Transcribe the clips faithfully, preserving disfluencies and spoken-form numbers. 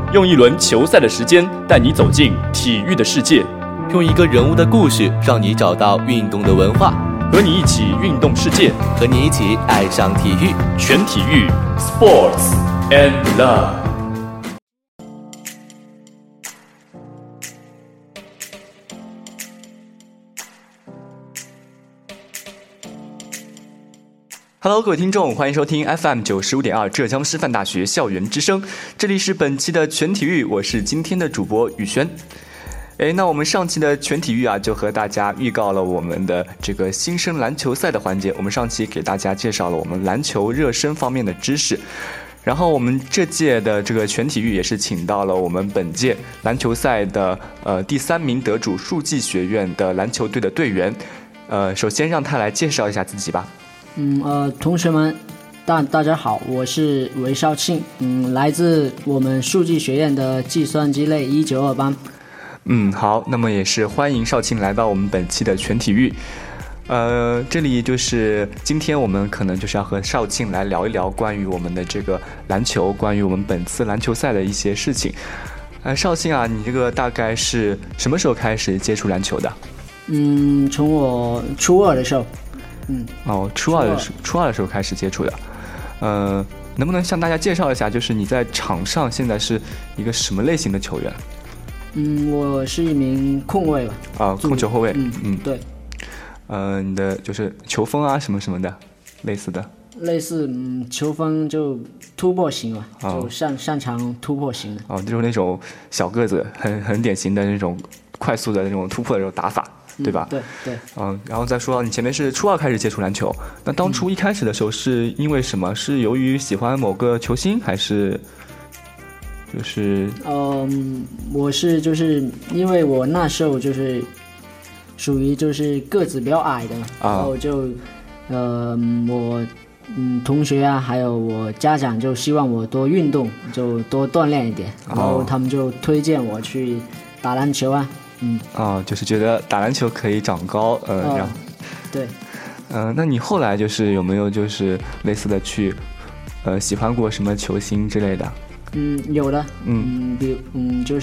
用一轮球赛的时间带你走进体育的世界， 用一个人物的故事让你找到运动的文化， 和你一起运动世界， 和你一起爱上体育。 全体育 Sports and Love。Hello， 各位听众，欢迎收听 F M 九十五点二浙江师范大学校园之声，这里是本期的全体育，我是今天的主播宇轩。哎，那我们上期的全体育啊，就和大家预告了我们的这个新生篮球赛的环节。我们上期给大家介绍了我们篮球热身方面的知识，然后我们这届的这个全体育也是请到了我们本届篮球赛的呃第三名得主数技学院的篮球队的队员。呃，首先让他来介绍一下自己吧。 嗯呃，同学们，大大家好，我是韦少庆，嗯，来自我们数技学院的计算机类一九二班。 嗯，好，那么也是欢迎少庆来到我们本期的全体育。呃，这里就是今天我们可能就是要和少庆来聊一聊关于我们的这个篮球，关于我们本次篮球赛的一些事情。呃，少庆啊，你这个大概是什么时候开始接触篮球的？ 嗯，从我初二的时候。嗯， 哦，初二的时初二的时候开始接触的。呃，能不能向大家介绍一下，就是你在场上现在是一个什么类型的球员？ 嗯，我是一名控卫吧。 啊，控球后卫。 嗯嗯，对。 呃，你的就是球风啊，什么什么的，类似的。 类似，嗯，球风就突破型嘛，哦、就擅擅长突破型的。 哦，就是那种小个子，很很典型的那种快速的那种突破的那种打法， 嗯、 对吧？ 对对。 嗯，然后再说到你前面是初二开始接触篮球，那当初一开始的时候是因为什么？是由于喜欢某个球星，还是？就是， 嗯，我是就是因为我那时候就是属于就是个子比较矮的嘛，啊、然后就，呃，我嗯同学啊，还有我家长就希望我多运动，就多锻炼一点，然后他们就推荐我去打篮球啊，嗯， 哦，就是觉得打篮球可以长高，呃， 哦、 然后， 对， 嗯、呃，那你后来就是有没有就是类似的去，呃，喜欢过什么球星之类的？ 嗯，有的，嗯，比嗯就是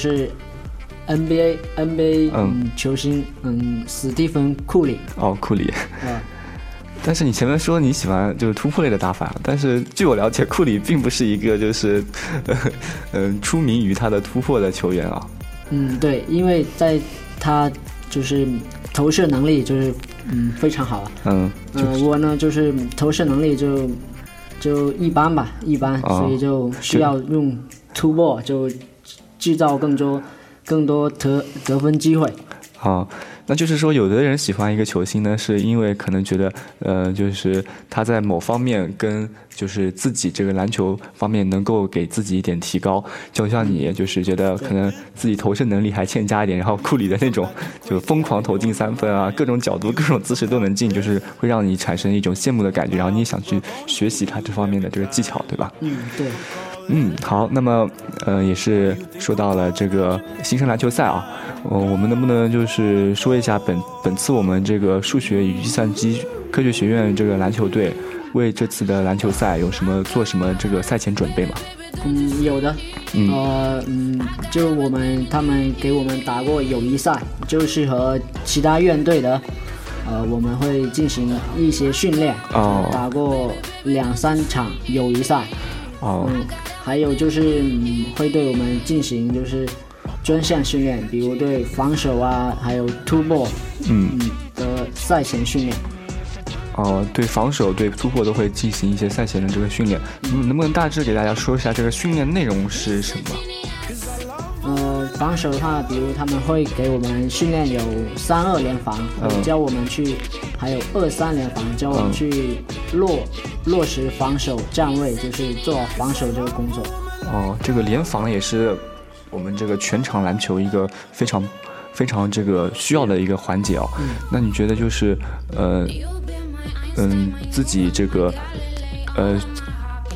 N B A N B A 嗯球星嗯史蒂芬库里。 哦，库里。 啊。 但是你前面说你喜欢就是突破类的打法，但是据我了解，库里并不是一个就是呃嗯出名于他的突破的球员啊。 嗯，对，因为在他就是投射能力就是嗯非常好啊。 嗯。 嗯、呃，我呢就是投射能力就。就一般吧，一般，哦、所以就需要用突破，就制造更多、更多得得分机会。 哦，那就是说，有的人喜欢一个球星呢，是因为可能觉得，呃，就是他在某方面跟就是自己这个篮球方面能够给自己一点提高，就像你就是觉得可能自己投射能力还欠佳一点，然后库里的那种就疯狂投进三分啊，各种角度、各种姿势都能进，就是会让你产生一种羡慕的感觉，然后你也想去学习他这方面的这个技巧，对吧？ 嗯，对。 嗯，好，那么呃，也是说到了这个新生篮球赛啊，呃，我们能不能就是说一下本本次我们这个数学与计算机科学学院这个篮球队为这次的篮球赛有什么做什么这个赛前准备吗？ 嗯，有的，嗯呃嗯，就我们他们给我们打过友谊赛，就是和其他院队的。呃，我们会进行一些训练，哦、打过两三场友谊赛， 哦， 嗯，还有就是、嗯、会对我们进行就是专项训练，比如对防守啊，还有突破，嗯嗯的赛前训练。 哦，对防守、对突破都会进行一些赛前的这个训练，嗯，能不能大致给大家说一下这个训练内容是什么？ 呃，防守的话，比如他们会给我们训练有三二联防，嗯、教我们去，还有二三联防，教我们去落、嗯、落实防守站位，就是做防守这个工作。 哦，这个联防也是我们这个全场篮球一个非常非常这个需要的一个环节哦。嗯、那你觉得就是呃嗯自己这个呃。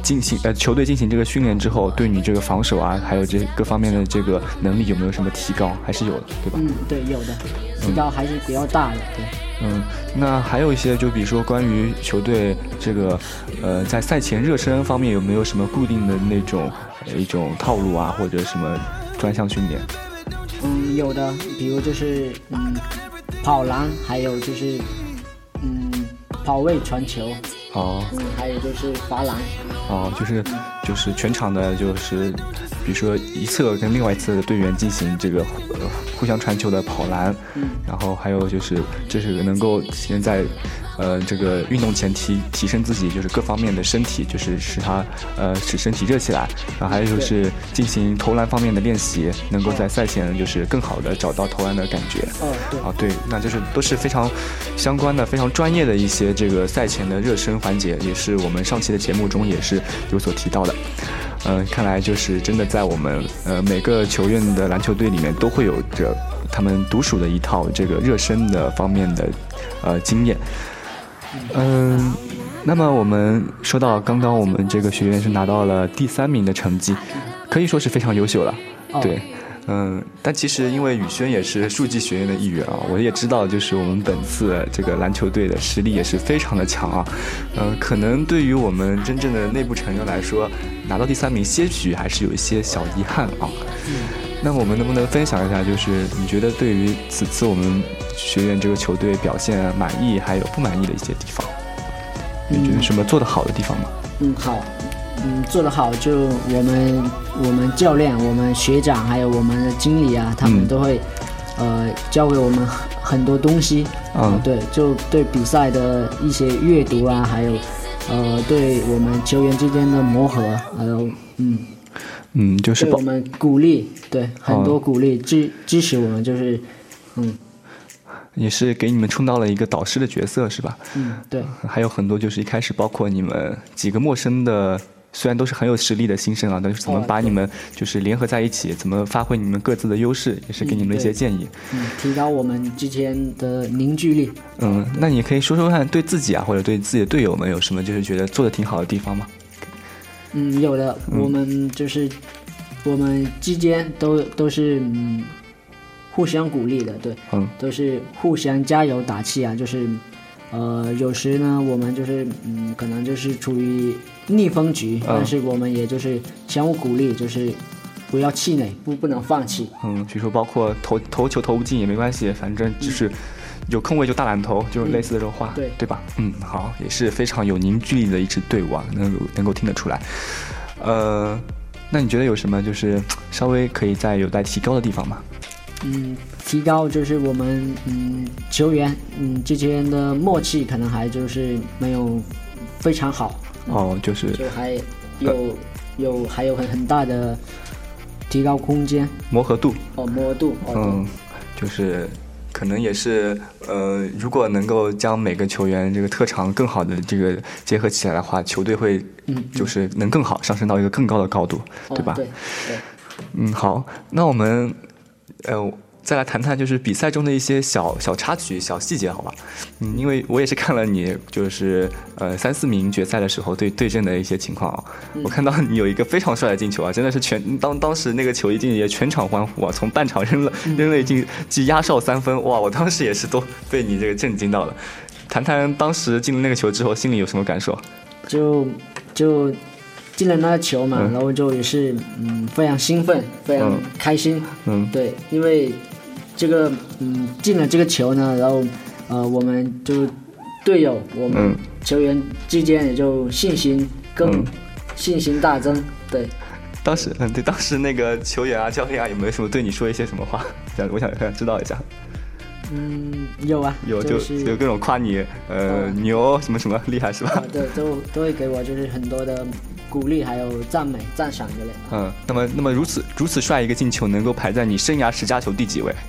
进行呃球队进行这个训练之后，对你这个防守啊，还有这各方面的这个能力有没有什么提高？还是有的，对吧？ 嗯，对，有的，提高还是比较大的，对。 嗯，那还有一些，就比如说关于球队这个，呃，在赛前热身方面有没有什么固定的那种、呃、一种套路啊，或者什么专项训练？ 嗯，有的，比如就是嗯跑篮，还有就是嗯跑位传球。 哦。 嗯，还有就是罚篮。 哦，就是就是全场的，就是比如说一侧跟另外一侧的队员进行这个呃互相传球的跑篮， 嗯，然后还有就是这是能够现在呃这个运动前提提升自己就是各方面的身体，就是使他呃使身体热起来，然后还有就是进行投篮方面的练习，能够在赛前就是更好的找到投篮的感觉。 哦，对， 啊对，那就是都是非常相关的、非常专业的一些这个赛前的热身环节，也是我们上期的节目中也是有所提到的。嗯、呃，看来就是真的在我们呃每个球院的篮球队里面都会有着他们独属的一套这个热身的方面的呃经验。嗯、呃，那么我们说到刚刚我们这个学院是拿到了第三名的成绩，可以说是非常优秀了。 哦、 对。嗯，但其实因为宇轩也是数技学院的一员啊，我也知道，就是我们本次这个篮球队的实力也是非常的强啊。嗯、呃，可能对于我们真正的内部成员来说，拿到第三名些许还是有一些小遗憾啊。 嗯， 那我们能不能分享一下，就是你觉得对于此次我们学院这个球队表现满意，还有不满意的一些地方？你觉得什么做得好的地方吗？ 嗯，好。嗯，做得好就我们我们教练、我们学长还有我们的经理啊，他们都会、嗯、呃教给我们很多东西。嗯、呃，对，就对比赛的一些阅读啊，还有呃对我们球员之间的磨合，还有嗯嗯就是对我们鼓励，对很多鼓励、哦、支支持我们，就是嗯。 也是给你们充当了一个导师的角色，是吧？ 嗯，对。 还有很多就是一开始包括你们几个陌生的，虽然都是很有实力的新生啊，但是怎么把你们就是联合在一起，怎么发挥你们各自的优势，也是给你们一些建议。 嗯，提高我们之间的凝聚力。 嗯，那你可以说说看，对自己啊，或者对自己的队友们有什么就是觉得做得挺好的地方吗？ 嗯，有的， 嗯、 我们就是我们之间都都是嗯。互相鼓励的，对， 嗯， 都是互相加油打气啊，就是，呃，有时呢，我们就是，嗯，可能就是处于逆风局，嗯、但是我们也就是相互鼓励，就是不要气馁，不不能放弃。 嗯，比如说包括投投球投不进也没关系，反正就是有空位就大胆投，就类似的这种话， 嗯、对对吧？嗯，好，也是非常有凝聚力的一支队伍啊，能够能够听得出来。呃，那你觉得有什么就是稍微可以再有待提高的地方吗？ 嗯，提高就是我们嗯球员嗯之间的默契可能还就是没有非常好。 哦，就是就还有、呃、有还有很很大的提高空间， 磨合度。 哦，磨合度。哦、 嗯，就是可能也是呃，如果能够将每个球员这个特长更好的这个结合起来的话，球队会嗯就是能更好上升到一个更高的高度， 哦、 对吧？ 对对。 嗯，好，那我们。呃，再来谈谈就是比赛中的一些小小插曲、小细节，好吧？嗯，因为我也是看了你就是呃三四名决赛的时候对对阵的一些情况啊， 嗯、 我看到你有一个非常帅的进球啊，真的是全当当时那个球一进也全场欢呼啊，从半场扔了、嗯、扔了一进即压哨三分，哇！我当时也是都被你这个震惊到了。谈谈当时进了那个球之后心里有什么感受？ 就就。进了那个球嘛，嗯、然后就也是嗯非常兴奋，非常开心。 嗯， 对，因为这个嗯进了这个球呢，然后呃我们就队友我们球员之间也就信心更、嗯、信心大增。对， 当时嗯对，当时那个球员啊教练啊有没有什么对你说一些什么话？想我想知道一下。 嗯，有啊， 有就、 就是、 有各种夸你，呃、嗯、牛什么什么厉害是吧？ 啊、对，都都会给我就是很多的鼓励，还有赞美、赞赏之类的。 嗯，那么那么如此如此帅一个进球，能够排在你生涯十佳球第几位？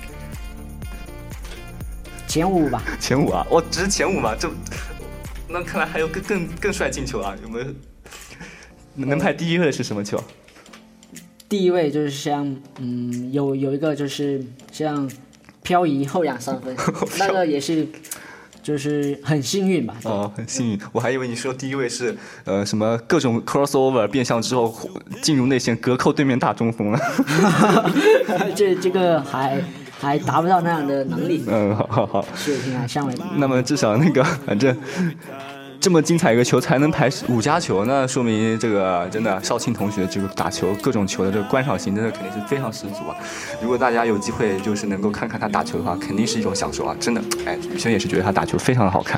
前五吧。 前五啊，哦，只是前五嘛，这那看来还有更更更帅进球啊，有没有？能排第一位的是什么球？ 第一位就是像嗯有有一个就是像。漂移后仰三分，那个也是就是很幸运吧。 哦，很幸运，我还以为你说第一位是呃什么各种 crossover 变相之后进入内线隔扣对面大中锋了。 这这个还还达不到那样的能力。 嗯，好好好， 水平还尚未达。 那么至少那个反正。这么精彩一个球才能排五加球，那说明这个真的少庆同学这个打球各种球的这个观赏性真的肯定是非常十足啊！如果大家有机会就是能够看看他打球的话，肯定是一种享受啊！真的，哎，宇轩也是觉得他打球非常的好看。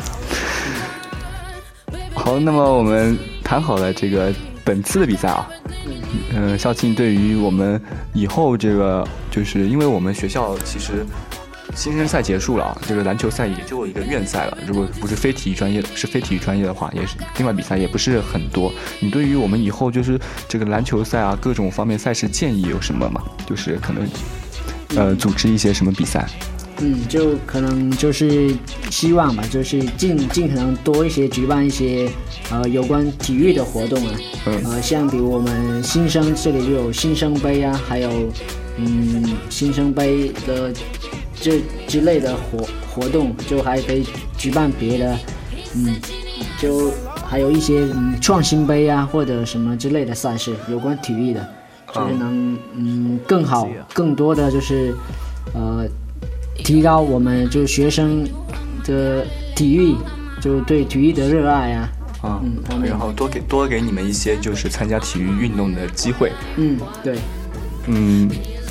好，那么我们谈好了这个本次的比赛啊，嗯、呃，少庆对于我们以后这个，就是因为我们学校其实。新生赛结束了啊，这个篮球赛也就一个院赛了。如果不是非体育专业，是非体育专业的话，也是另外比赛也不是很多。你对于我们以后就是这个篮球赛啊各种方面赛事建议有什么吗？就是可能呃组织一些什么比赛？ 嗯，就可能就是希望吧，就是尽尽可能多一些举办一些呃有关体育的活动啊。嗯。呃，像比如我们新生这里就有新生杯啊，还有嗯新生杯的。这之类的活活动，就还可以举办别的，嗯，就还有一些嗯创新杯啊或者什么之类的赛事，有关体育的，就是能嗯更好更多的就是呃提高我们就学生的体育就对体育的热爱啊， 啊，嗯，然后多给多给你们一些就是参加体育运动的机会， 嗯，对， 嗯。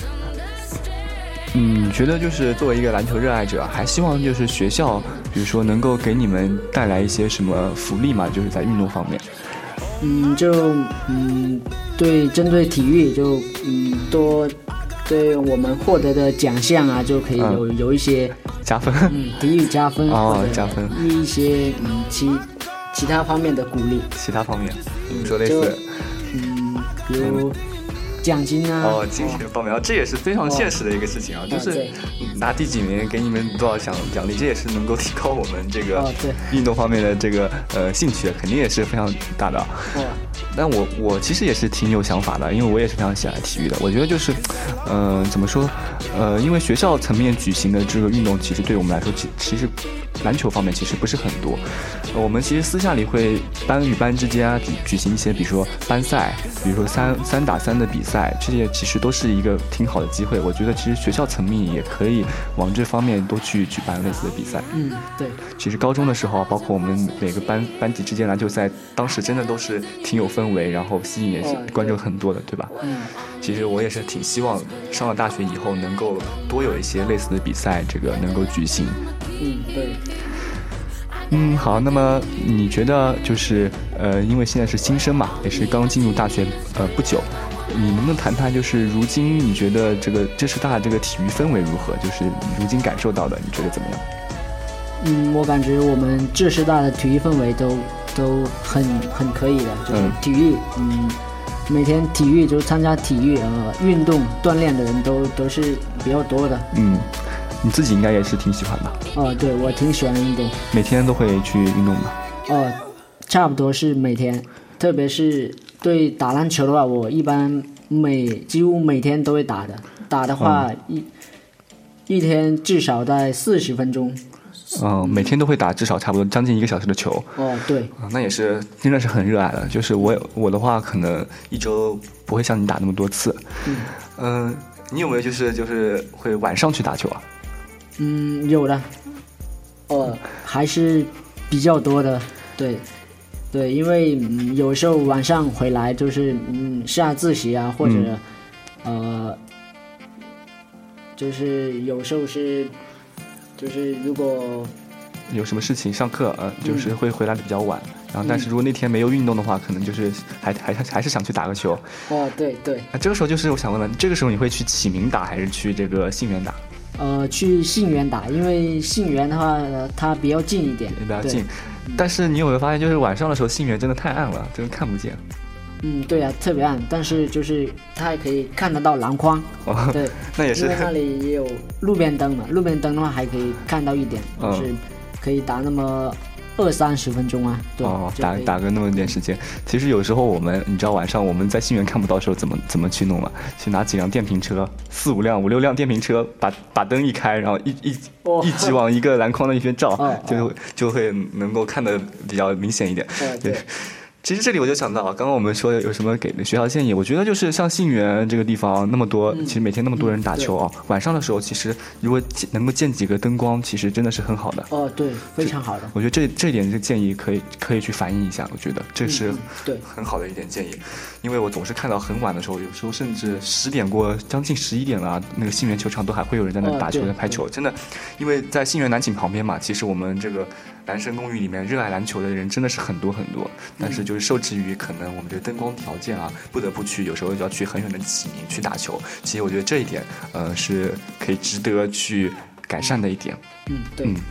嗯，觉得就是作为一个篮球热爱者，还希望就是学校，比如说能够给你们带来一些什么福利嘛？就是在运动方面。 嗯，就嗯，对，针对体育就嗯多，对我们获得的奖项啊，就可以有、嗯、有一些加分。 嗯，体育加分哦，加分。 一些嗯其其他方面的鼓励。 其他方面，比如说类似， 嗯，比如。嗯奖金啊， 哦，金钱方面，这也是非常现实的一个事情啊，哦、就是拿第几名给你们多少奖奖励，这也是能够提高我们这个运动方面的这个呃兴趣，肯定也是非常大的。哦，但我我其实也是挺有想法的，因为我也是非常喜爱体育的。我觉得就是，嗯、呃，怎么说，呃，因为学校层面举行的这个运动，其实对我们来说，其其实篮球方面其实不是很多。我们其实私下里会班与班之间啊举举行一些，比如说班赛，比如说三三打三的比赛。赛这些其实都是一个挺好的机会，我觉得其实学校层面也可以往这方面多去举办类似的比赛。 嗯，对。 其实高中的时候，包括我们每个班班级之间篮球赛，当时真的都是挺有氛围，然后吸引也是观众很多的，对吧？ 嗯。 其实我也是挺希望上了大学以后能够多有一些类似的比赛，这个能够举行。 嗯，对。 嗯，好，那么你觉得就是呃，因为现在是新生嘛，也是刚进入大学呃不久。你能不能谈谈，就是如今你觉得这个浙师大这个体育氛围如何？就是如今感受到的，你觉得怎么样？ 嗯，我感觉我们浙师大的体育氛围都都很很可以的，就是体育，嗯，嗯每天体育就参加体育呃运动锻炼的人都都是比较多的。 嗯，你自己应该也是挺喜欢吧？ 哦，对，我挺喜欢运动。 每天都会去运动吗？ 哦，差不多是每天，特别是。对打篮球的话，我一般每几乎每天都会打的。打的话，嗯、一一天至少在四十分钟。 嗯，每天都会打至少差不多将近一个小时的球。 哦，对。 啊，那也是真的是很热爱的。就是我我的话，可能一周不会像你打那么多次。嗯。嗯、呃，你有没有就是就是会晚上去打球啊？ 嗯，有的。哦，还是比较多的，对。对，因为、嗯、有时候晚上回来就是嗯下自习啊，或者、嗯、呃，就是有时候是就是如果有什么事情上课呃，就是会回来的比较晚，嗯、然后但是如果那天没有运动的话，可能就是还还还是想去打个球。 哦，对对。 那这个时候就是我想问了，这个时候你会去启明打还是去这个信源打？ 呃，去信源打，因为信源的话、呃、它比较近一点， 比较近。但是你有没有发现，就是晚上的时候信源真的太暗了，真的看不见。 嗯，对啊，特别暗，但是就是它还可以看得到篮筐。哦，对， 那也是。 因为那里也有路边灯嘛，路边灯的话还可以看到一点，就是可以打那么二三十分钟啊。对哦，打打个那么点时间。其实有时候我们，你知道晚上我们在信源看不到的时候怎么怎么去弄吗？去拿几辆电瓶车，四五辆、五六辆电瓶车，把把灯一开，然后一一、哦、一直往一个篮筐的一边照，哦、就就会能够看得比较明显一点。 哦、对。 其实这里我就想到，刚刚我们说有什么给学校建议？我觉得就是像信源这个地方那么多，嗯、其实每天那么多人打球啊、嗯，晚上的时候其实如果能够建几个灯光，其实真的是很好的。 哦，对，非常好的。 我觉得这这一点这建议可以可以去反映一下，我觉得这是对很好的一点建议，嗯、因为我总是看到很晚的时候，有时候甚至十点过，将近十一点了，那个信源球场都还会有人在那打球、在拍球，真的，因为在信源南寝旁边嘛，其实我们这个男生公寓里面热爱篮球的人真的是很多很多，但是就是受制于可能我们这个灯光条件啊，不得不去有时候就要去很远的启明去打球。其实我觉得这一点，呃，是可以值得去改善的一点。 嗯，对。嗯，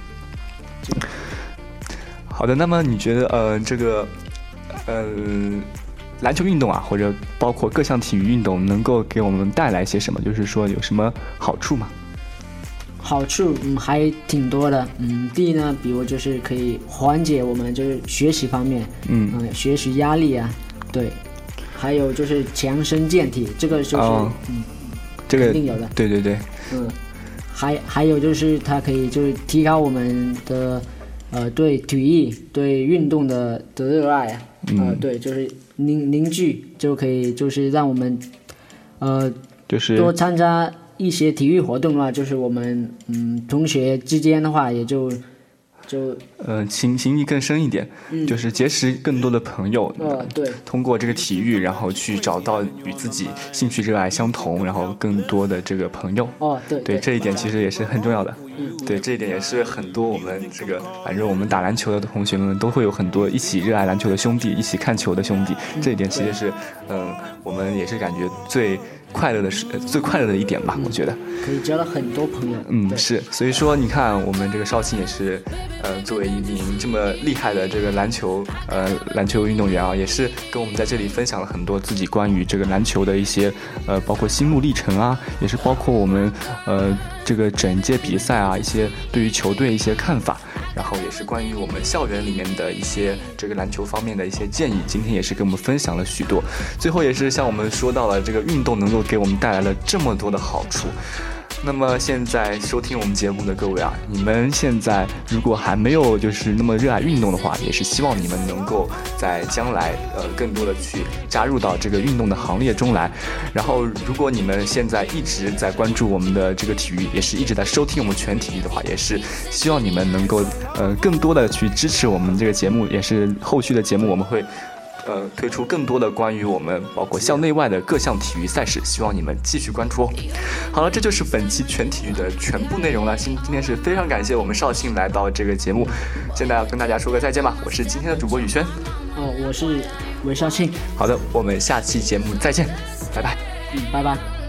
好的，那么你觉得，呃，这个，呃，篮球运动啊，或者包括各项体育运动，能够给我们带来些什么？就是说有什么好处吗？ 好处嗯还挺多的，嗯，第一呢，比如就是可以缓解我们就是学习方面，嗯、呃，学习压力啊，对，还有就是强身健体，这个就是、哦、嗯， 这个肯定有的， 对对对， 嗯，还还有就是它可以就是提高我们的呃对体育对运动的的热爱啊，嗯、呃，对，就是凝凝聚就可以就是让我们呃就是多参加一些体育活动的话，就是我们嗯同学之间的话，也就就呃情情谊更深一点、嗯，就是结识更多的朋友。 呃，对， 通过这个体育，然后去找到与自己兴趣热爱相同，然后更多的这个朋友。 哦，对， 对，这一点其实也是很重要的。 嗯， 对，这一点也是很多我们这个，反正我们打篮球的同学们都会有很多一起热爱篮球的兄弟，一起看球的兄弟。嗯、这一点其实是，嗯、呃，我们也是感觉最。快乐的是最快乐的一点吧、嗯，我觉得可以交到很多朋友。 嗯，是，所以说你看，我们这个少卿也是，呃，作为一名这么厉害的这个篮球呃篮球运动员啊，也是跟我们在这里分享了很多自己关于这个篮球的一些呃，包括心路历程啊，也是包括我们呃这个整届比赛啊一些对于球队一些看法。然后也是关于我们校园里面的一些这个篮球方面的一些建议，今天也是给我们分享了许多。最后也是像我们说到了这个运动能够给我们带来了这么多的好处。那么现在收听我们节目的各位啊，你们现在如果还没有就是那么热爱运动的话，也是希望你们能够在将来呃更多的去加入到这个运动的行列中来。然后如果你们现在一直在关注我们的这个体育，也是一直在收听我们全体育的话，也是希望你们能够呃更多的去支持我们这个节目，也是后续的节目我们会呃，推出更多的关于我们包括校内外的各项体育赛事，希望你们继续关注哦。好了，这就是本期全体育的全部内容了。今今天是非常感谢我们少卿来到这个节目，现在要跟大家说个再见吧。我是今天的主播宇轩。 哦，我是韦少卿。 好的，我们下期节目再见，拜拜。 嗯，拜拜。